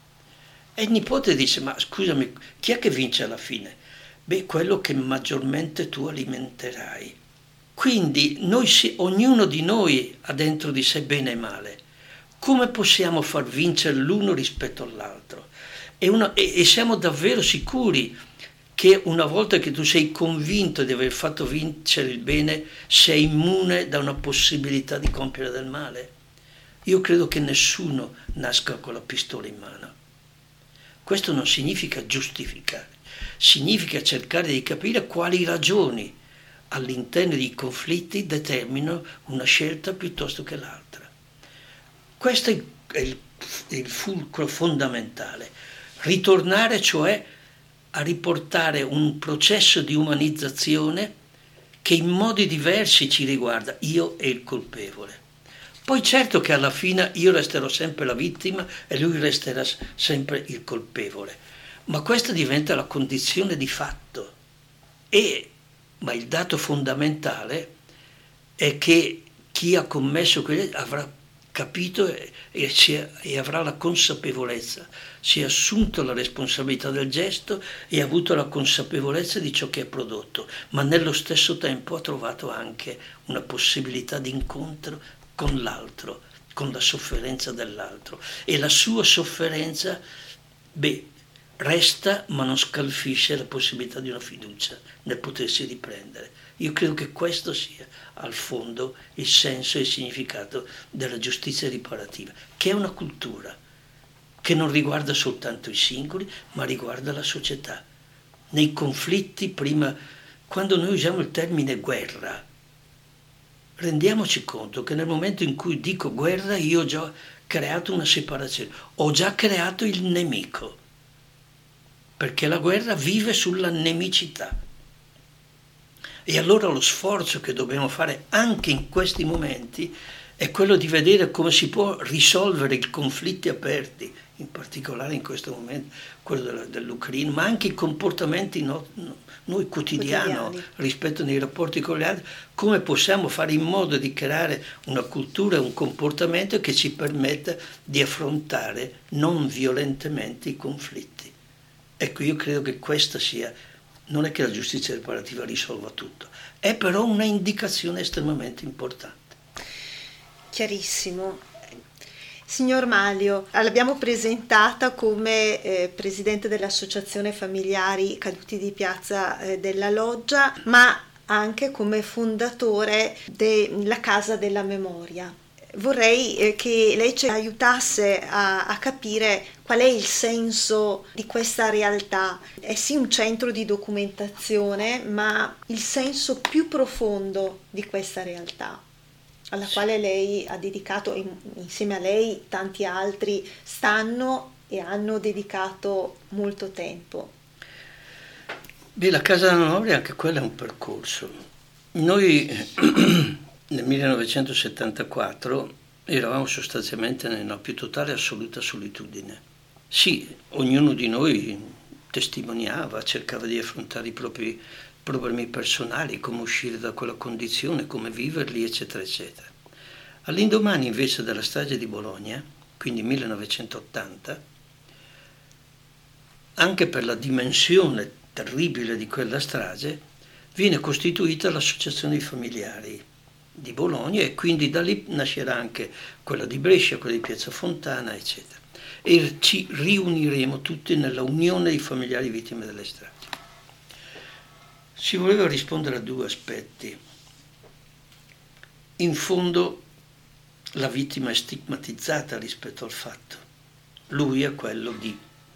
E il nipote dice, ma scusami, chi è che vince alla fine? Beh, quello che maggiormente tu alimenterai. Quindi noi si, ognuno di noi ha dentro di sé bene e male. Come possiamo far vincere l'uno rispetto all'altro? E, una, e, e siamo davvero sicuri che una volta che tu sei convinto di aver fatto vincere il bene, sei immune da una possibilità di compiere del male? Io credo che nessuno nasca con la pistola in mano. Questo non significa giustificare, significa cercare di capire quali ragioni all'interno dei conflitti determinano una scelta piuttosto che l'altra. Questo è il, il fulcro fondamentale. Ritornare cioè a riportare un processo di umanizzazione che in modi diversi ci riguarda, io e il colpevole. Poi certo che alla fine io resterò sempre la vittima e lui resterà sempre il colpevole, ma questa diventa la condizione di fatto. E, ma il dato fondamentale è che chi ha commesso quelli avrà capito e, e, e avrà la consapevolezza, si è assunto la responsabilità del gesto e ha avuto la consapevolezza di ciò che ha prodotto, ma nello stesso tempo ha trovato anche una possibilità di incontro con l'altro, con la sofferenza dell'altro. E la sua sofferenza, beh, resta ma non scalfisce la possibilità di una fiducia nel potersi riprendere. Io credo che questo sia al fondo il senso e il significato della giustizia riparativa, che è una cultura che non riguarda soltanto i singoli, ma riguarda la società. Nei conflitti, prima, quando noi usiamo il termine guerra, rendiamoci conto che nel momento in cui dico guerra io ho già creato una separazione, ho già creato il nemico, perché la guerra vive sulla nemicità. E allora lo sforzo che dobbiamo fare anche in questi momenti è quello di vedere come si può risolvere i conflitti aperti, in particolare in questo momento quello dell'Ucraina, ma anche i comportamenti no, no, noi quotidiani rispetto ai rapporti con gli altri, come possiamo fare in modo di creare una cultura e un comportamento che ci permetta di affrontare non violentemente i conflitti. Ecco, io credo che questa sia, non è che la giustizia riparativa risolva tutto, è però una indicazione estremamente importante. Chiarissimo. Signor Malio, l'abbiamo presentata come eh, presidente dell'Associazione Familiari Caduti di Piazza eh, della Loggia, ma anche come fondatore della Casa della Memoria. Vorrei eh, che lei ci aiutasse a, a capire qual è il senso di questa realtà. È sì un centro di documentazione, ma il senso più profondo di questa realtà, alla quale lei ha dedicato, insieme a lei tanti altri stanno e hanno dedicato molto tempo. Beh, la Casa della Memoria, anche quella è un percorso. Noi nel millenovecentosettantaquattro eravamo sostanzialmente nella più totale e assoluta solitudine. Sì, ognuno di noi testimoniava, cercava di affrontare i propri problemi personali, come uscire da quella condizione, come viverli, eccetera, eccetera. All'indomani invece della strage di Bologna, quindi millenovecentottanta, anche per la dimensione terribile di quella strage, viene costituita l'associazione dei familiari di Bologna e quindi da lì nascerà anche quella di Brescia, quella di Piazza Fontana, eccetera. E ci riuniremo tutti nella unione dei familiari vittime delle stragi. Si voleva rispondere a due aspetti. In fondo la vittima è stigmatizzata rispetto al fatto. Lui è quello di.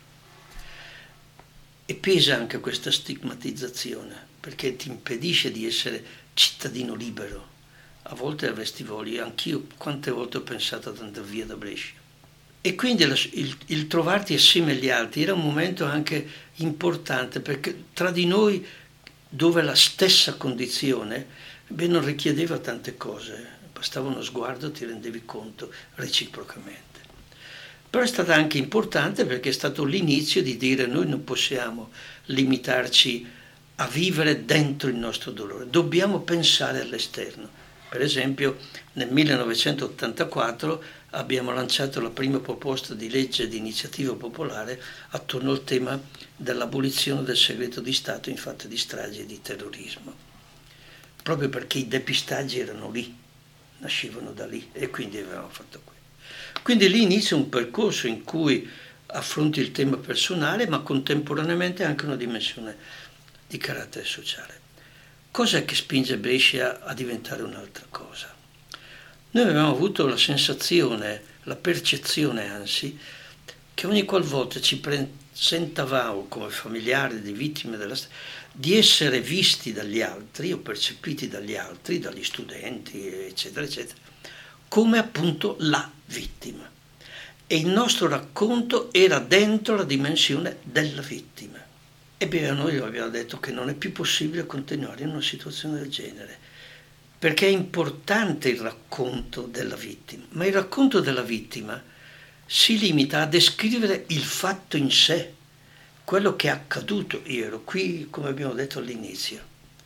E pesa anche questa stigmatizzazione, perché ti impedisce di essere cittadino libero. A volte avresti voglia, anch'io quante volte ho pensato ad andare via da Brescia. E quindi il, il trovarti assieme agli altri era un momento anche importante, perché tra di noi, dove la stessa condizione, beh, non richiedeva tante cose, bastava uno sguardo, ti rendevi conto reciprocamente. Però è stata anche importante perché è stato l'inizio di dire noi non possiamo limitarci a vivere dentro il nostro dolore, dobbiamo pensare all'esterno. Per esempio nel millenovecentottantaquattro abbiamo lanciato la prima proposta di legge di iniziativa popolare attorno al tema dell'abolizione del segreto di Stato in fatto di stragi e di terrorismo, proprio perché i depistaggi erano lì, nascevano da lì e quindi avevamo fatto questo. Quindi lì inizia un percorso in cui affronti il tema personale ma contemporaneamente anche una dimensione di carattere sociale. Cos'è che spinge Brescia a diventare un'altra cosa? Noi avevamo avuto la sensazione, la percezione anzi, che ogni qualvolta ci presentavamo come familiari di vittime della strada, di essere visti dagli altri o percepiti dagli altri, dagli studenti, eccetera, eccetera, come appunto la vittima. E il nostro racconto era dentro la dimensione della vittima. Ebbene, noi abbiamo detto che non è più possibile continuare in una situazione del genere, perché è importante il racconto della vittima, ma il racconto della vittima si limita a descrivere il fatto in sé, quello che è accaduto. Io ero qui, come abbiamo detto all'inizio,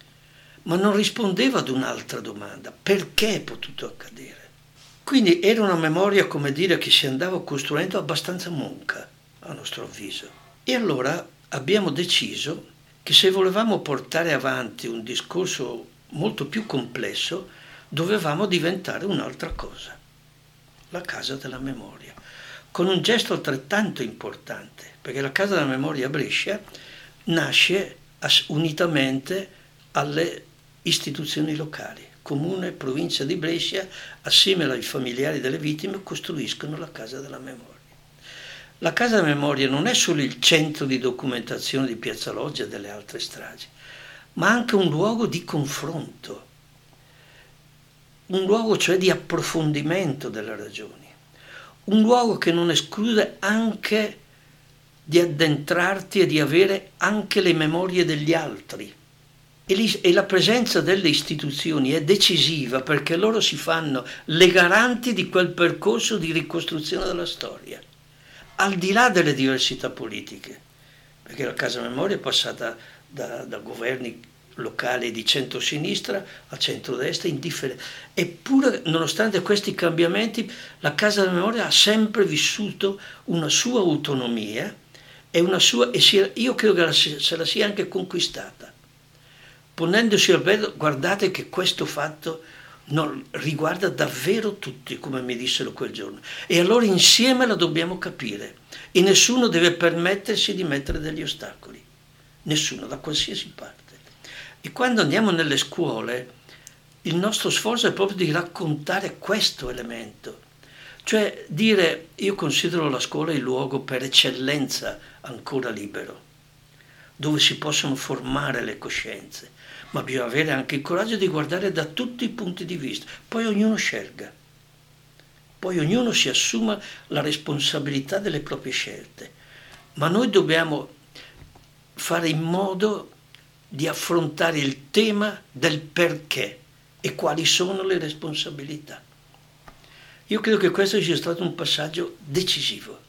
ma non rispondeva ad un'altra domanda: perché è potuto accadere? Quindi era una memoria, come dire, che si andava costruendo abbastanza monca, a nostro avviso. E allora abbiamo deciso che se volevamo portare avanti un discorso molto più complesso, dovevamo diventare un'altra cosa, la Casa della Memoria, con un gesto altrettanto importante, perché la Casa della Memoria a Brescia nasce unitamente alle istituzioni locali. Comune, provincia di Brescia, assieme ai familiari delle vittime, costruiscono la Casa della Memoria. La Casa della Memoria non è solo il centro di documentazione di Piazza Loggia e delle altre stragi, ma anche un luogo di confronto, un luogo cioè di approfondimento delle ragioni, un luogo che non esclude anche di addentrarti e di avere anche le memorie degli altri. E la presenza delle istituzioni è decisiva perché loro si fanno le garanti di quel percorso di ricostruzione della storia, al di là delle diversità politiche, perché la Casa Memoria è passata da, da governi locali di centrosinistra a centrodestra indifferenti. Eppure, nonostante questi cambiamenti, la Casa della Memoria ha sempre vissuto una sua autonomia e, una sua, e si, io credo che la, se la sia anche conquistata, ponendosi al vero, guardate che questo fatto non, riguarda davvero tutti, come mi dissero quel giorno, e allora insieme la dobbiamo capire e nessuno deve permettersi di mettere degli ostacoli, nessuno, da qualsiasi parte. E quando andiamo nelle scuole, il nostro sforzo è proprio di raccontare questo elemento, cioè dire: io considero la scuola il luogo per eccellenza ancora libero, dove si possono formare le coscienze, ma bisogna avere anche il coraggio di guardare da tutti i punti di vista, poi ognuno scelga, poi ognuno si assuma la responsabilità delle proprie scelte, ma noi dobbiamo fare in modo di affrontare il tema del perché e quali sono le responsabilità. Io credo che questo sia stato un passaggio decisivo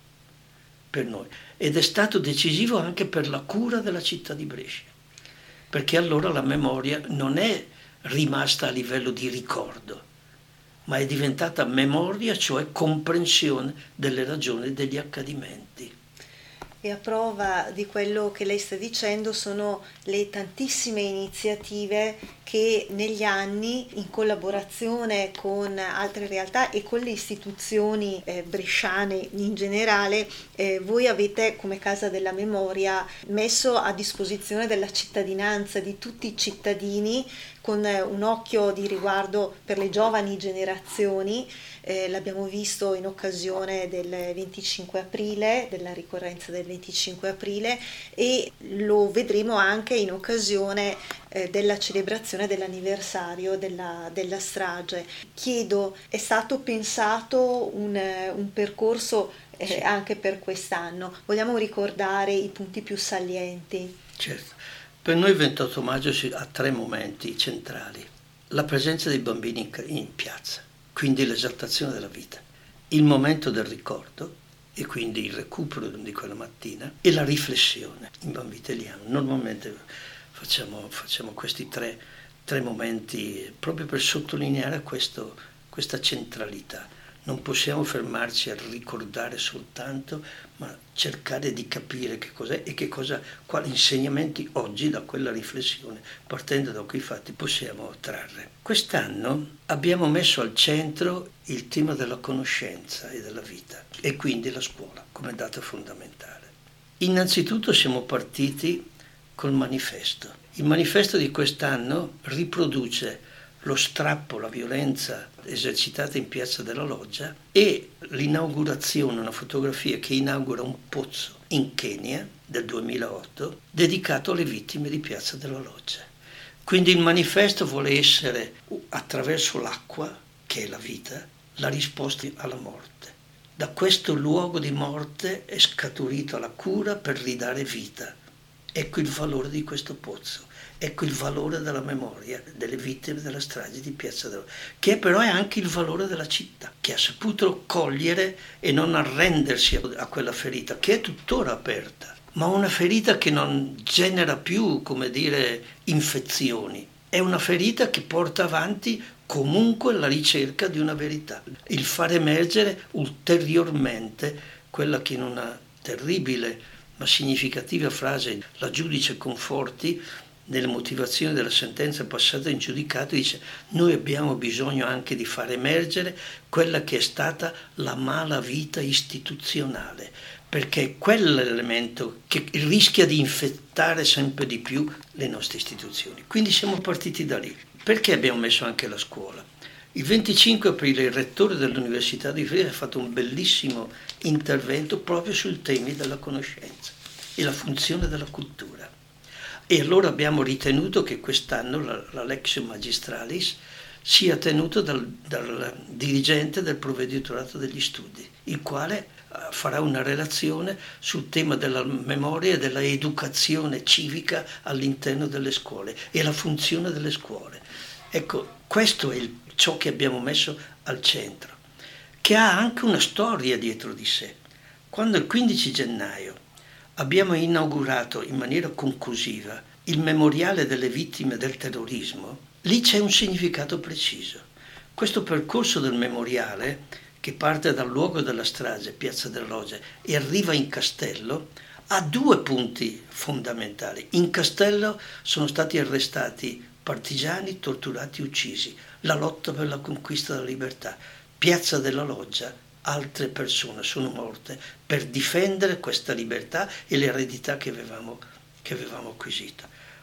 per noi ed è stato decisivo anche per la cura della città di Brescia, perché allora la memoria non è rimasta a livello di ricordo, ma è diventata memoria, cioè comprensione delle ragioni degli accadimenti. E a prova di quello che lei sta dicendo sono le tantissime iniziative che negli anni, in collaborazione con altre realtà e con le istituzioni eh, bresciane in generale, eh, voi avete come Casa della Memoria messo a disposizione della cittadinanza, di tutti i cittadini, con eh, un occhio di riguardo per le giovani generazioni. Eh, l'abbiamo visto in occasione del venticinque aprile, della ricorrenza del venticinque aprile, e lo vedremo anche in occasione eh, della celebrazione dell'anniversario della, della strage. Chiedo, è stato pensato un, un percorso eh, sì. anche per quest'anno? Vogliamo ricordare i punti più salienti? Certo, per noi il ventotto maggio ha tre momenti centrali: la presenza dei bambini in, in piazza, quindi l'esaltazione della vita, il momento del ricordo e quindi il recupero di quella mattina e la riflessione in Ban Vitelliano. Normalmente facciamo, facciamo questi tre, tre momenti proprio per sottolineare questo, questa centralità. Non possiamo fermarci a ricordare soltanto, ma cercare di capire che cos'è e che cosa, quali insegnamenti oggi da quella riflessione, partendo da quei fatti, possiamo trarre. Quest'anno abbiamo messo al centro il tema della conoscenza e della vita e quindi la scuola come data fondamentale. Innanzitutto siamo partiti col manifesto. Il manifesto di quest'anno riproduce lo strappo, la violenza esercitata in Piazza della Loggia e l'inaugurazione, una fotografia che inaugura un pozzo in Kenya del duemilaotto dedicato alle vittime di Piazza della Loggia. Quindi il manifesto vuole essere, attraverso l'acqua, che è la vita, la risposta alla morte. Da questo luogo di morte è scaturita la cura per ridare vita. Ecco il valore di questo pozzo. Ecco il valore della memoria delle vittime della strage di Piazza della Loggia, che però è anche il valore della città, che ha saputo cogliere e non arrendersi a quella ferita, che è tuttora aperta, ma una ferita che non genera più, come dire, infezioni. È una ferita che porta avanti comunque la ricerca di una verità, il far emergere ulteriormente quella che in una terribile ma significativa frase la giudice Conforti, nelle motivazioni della sentenza passata in giudicato, dice: noi abbiamo bisogno anche di far emergere quella che è stata la mala vita istituzionale, perché è quell'elemento che rischia di infettare sempre di più le nostre istituzioni. Quindi siamo partiti da lì. Perché abbiamo messo anche la scuola? Il venticinque aprile il rettore dell'Università di Friuli ha fatto un bellissimo intervento proprio sui temi della conoscenza e la funzione della cultura. E allora abbiamo ritenuto che quest'anno la, la Lectio Magistralis sia tenuto dal, dal dirigente del Provveditorato degli Studi, il quale farà una relazione sul tema della memoria e della educazione civica all'interno delle scuole e la funzione delle scuole. Ecco, questo è il, ciò che abbiamo messo al centro, che ha anche una storia dietro di sé. Quando il quindici gennaio abbiamo inaugurato in maniera conclusiva il memoriale delle vittime del terrorismo, lì c'è un significato preciso. Questo percorso del memoriale, che parte dal luogo della strage, Piazza della Loggia, e arriva in Castello, ha due punti fondamentali. In Castello sono stati arrestati partigiani, torturati, uccisi, la lotta per la conquista della libertà. Piazza della Loggia, altre persone sono morte per difendere questa libertà e l'eredità che avevamo, che avevamo acquisito.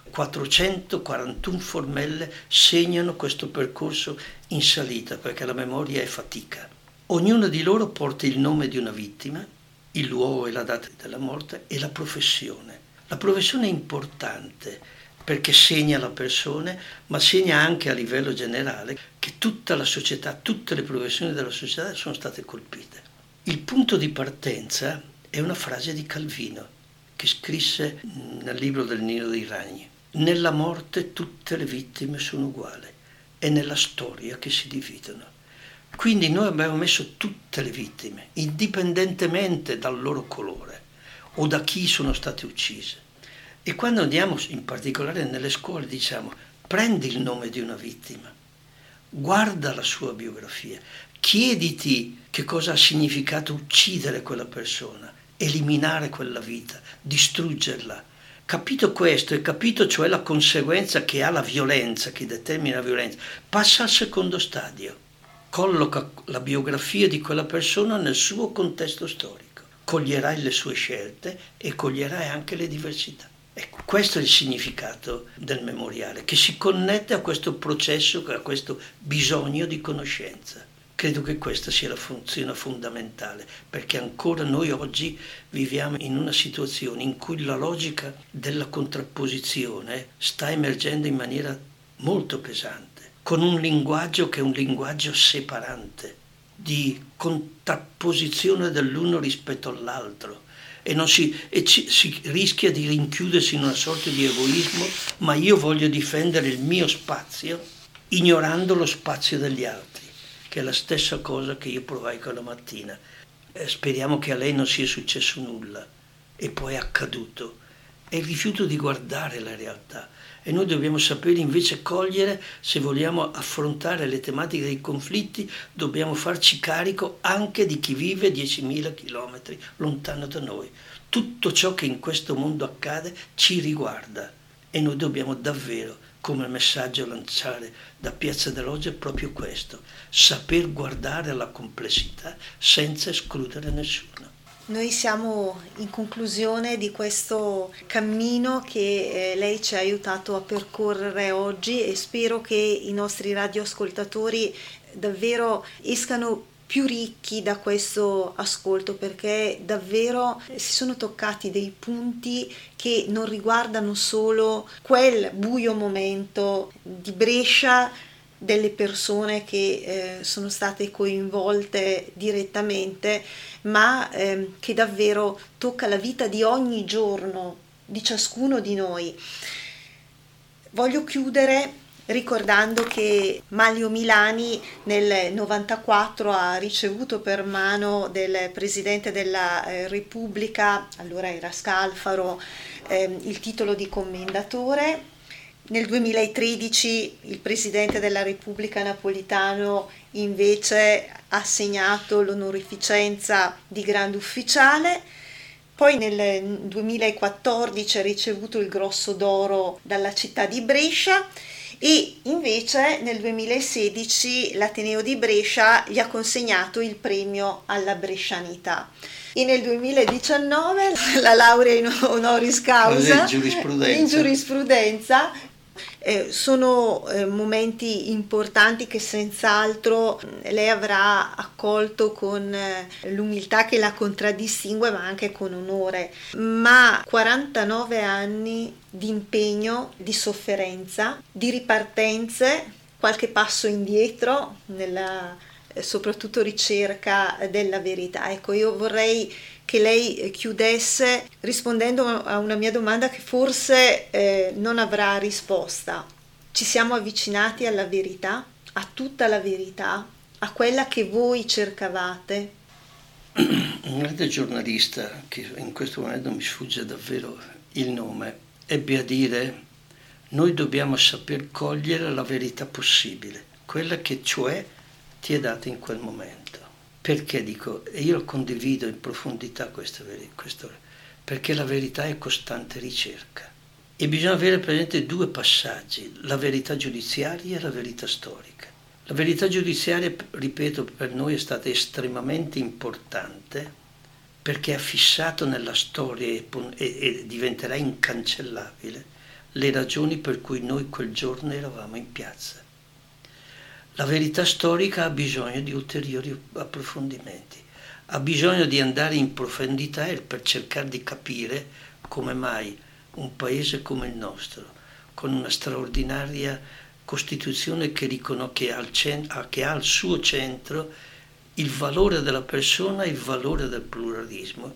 quattrocentoquarantuno formelle segnano questo percorso in salita, perché la memoria è fatica. Ognuna di loro porta il nome di una vittima, il luogo e la data della morte e la professione. La professione è importante perché segna la persona, ma segna anche a livello generale che tutta la società, tutte le professioni della società sono state colpite. Il punto di partenza è una frase di Calvino, che scrisse nel libro del Nido dei Ragni. Nella morte tutte le vittime sono uguali, è nella storia che si dividono. Quindi noi abbiamo messo tutte le vittime, indipendentemente dal loro colore o da chi sono state uccise. E quando andiamo in particolare nelle scuole diciamo: prendi il nome di una vittima, guarda la sua biografia, chiediti che cosa ha significato uccidere quella persona, eliminare quella vita, distruggerla. Capito questo e capito cioè la conseguenza che ha la violenza, che determina la violenza, passa al secondo stadio, colloca la biografia di quella persona nel suo contesto storico, coglierai le sue scelte e coglierai anche le diversità. Ecco, questo è il significato del memoriale, che si connette a questo processo, a questo bisogno di conoscenza. Credo che questa sia la funzione fondamentale, perché ancora noi oggi viviamo in una situazione in cui la logica della contrapposizione sta emergendo in maniera molto pesante, con un linguaggio che è un linguaggio separante, di contrapposizione dell'uno rispetto all'altro. E, non si, e ci, si rischia di rinchiudersi in una sorta di egoismo, ma io voglio difendere il mio spazio ignorando lo spazio degli altri, che è la stessa cosa che io provai quella mattina. Eh, speriamo che a lei non sia successo nulla, e poi è accaduto. È il rifiuto di guardare la realtà, e noi dobbiamo sapere invece cogliere, se vogliamo affrontare le tematiche dei conflitti, dobbiamo farci carico anche di chi vive diecimila chilometri lontano da noi. Tutto ciò che in questo mondo accade ci riguarda, e noi dobbiamo davvero, come messaggio a lanciare da Piazza de Loggia, è proprio questo: saper guardare alla complessità senza escludere nessuno. Noi siamo in conclusione di questo cammino che eh, lei ci ha aiutato a percorrere oggi, e spero che i nostri radioascoltatori davvero escano più ricchi da questo ascolto, perché davvero si sono toccati dei punti che non riguardano solo quel buio momento di Brescia, delle persone che eh, sono state coinvolte direttamente, ma eh, che davvero tocca la vita di ogni giorno di ciascuno di noi. Voglio chiudere ricordando che Manlio Milani nel novantaquattro ha ricevuto per mano del Presidente della eh, Repubblica, allora era Scalfaro, eh, il titolo di commendatore. Nel duemilatredici il Presidente della Repubblica Napolitano invece ha assegnato l'onorificenza di grande ufficiale. Poi nel duemilaquattordici ha ricevuto il Grosso d'Oro dalla città di Brescia, e invece nel duemilasedici l'Ateneo di Brescia gli ha consegnato il premio alla brescianità. E nel duemiladiciannove la laurea in honoris causa in giurisprudenza. In giurisprudenza. Eh, sono eh, momenti importanti che senz'altro lei avrà accolto con eh, l'umiltà che la contraddistingue, ma anche con onore. Ma quarantanove anni di impegno, di sofferenza, di ripartenze, qualche passo indietro nella eh, soprattutto ricerca della verità. Ecco, io vorrei che lei chiudesse rispondendo a una mia domanda che forse eh, non avrà risposta. Ci siamo avvicinati alla verità, a tutta la verità, a quella che voi cercavate? Un grande giornalista, che in questo momento mi sfugge davvero il nome, ebbe a dire: noi dobbiamo saper cogliere la verità possibile, quella che cioè ti è data in quel momento. Perché dico, e io condivido in profondità questo, questo, perché la verità è costante ricerca. E bisogna avere presente due passaggi: la verità giudiziaria e la verità storica. La verità giudiziaria, ripeto, per noi è stata estremamente importante, perché ha fissato nella storia e, e, e diventerà incancellabile le ragioni per cui noi quel giorno eravamo in piazza. La verità storica ha bisogno di ulteriori approfondimenti, ha bisogno di andare in profondità per cercare di capire come mai un paese come il nostro, con una straordinaria Costituzione che, riconos- che, ha, al cent- che ha al suo centro il valore della persona e il valore del pluralismo,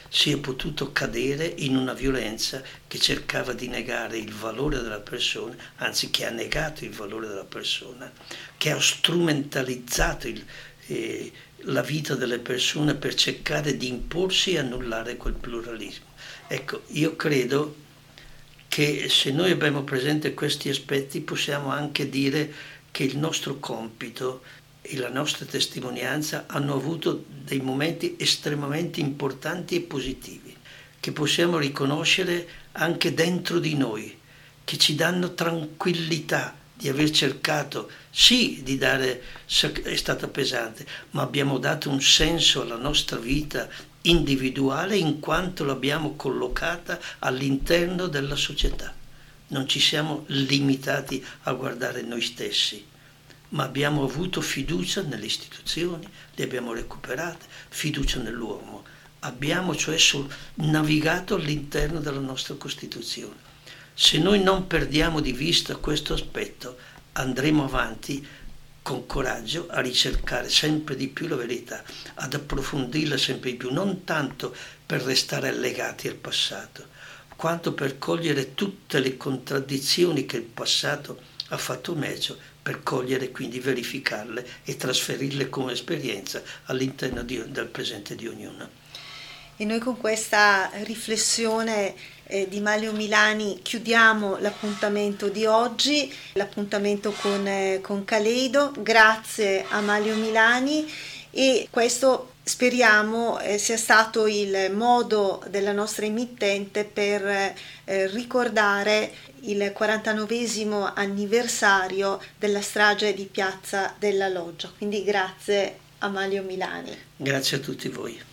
sia potuto cadere in una violenza che cercava di negare il valore della persona, anzi che ha negato il valore della persona, che ha strumentalizzato il, eh, la vita delle persone per cercare di imporsi e annullare quel pluralismo. Ecco, io credo che se noi abbiamo presente questi aspetti possiamo anche dire che il nostro compito e la nostra testimonianza hanno avuto dei momenti estremamente importanti e positivi, che possiamo riconoscere anche dentro di noi, che ci danno tranquillità di aver cercato, sì, di dare, è stata pesante, ma abbiamo dato un senso alla nostra vita individuale in quanto l'abbiamo collocata all'interno della società. Non ci siamo limitati a guardare noi stessi, ma abbiamo avuto fiducia nelle istituzioni, le abbiamo recuperate, fiducia nell'uomo. Abbiamo cioè navigato all'interno della nostra Costituzione. Se noi non perdiamo di vista questo aspetto, andremo avanti con coraggio a ricercare sempre di più la verità, ad approfondirla sempre di più, non tanto per restare legati al passato, quanto per cogliere tutte le contraddizioni che il passato ha fatto emergere, per cogliere, quindi verificarle e trasferirle come esperienza all'interno di, del presente di ognuno. E noi con questa riflessione eh, di Manlio Milani chiudiamo l'appuntamento di oggi, l'appuntamento con, eh, con Caleido. Grazie a Manlio Milani, e questo speriamo eh, sia stato il modo della nostra emittente per eh, ricordare il quarantanovesimo anniversario della strage di Piazza della Loggia. Quindi grazie a Manlio Milani. Grazie a tutti voi.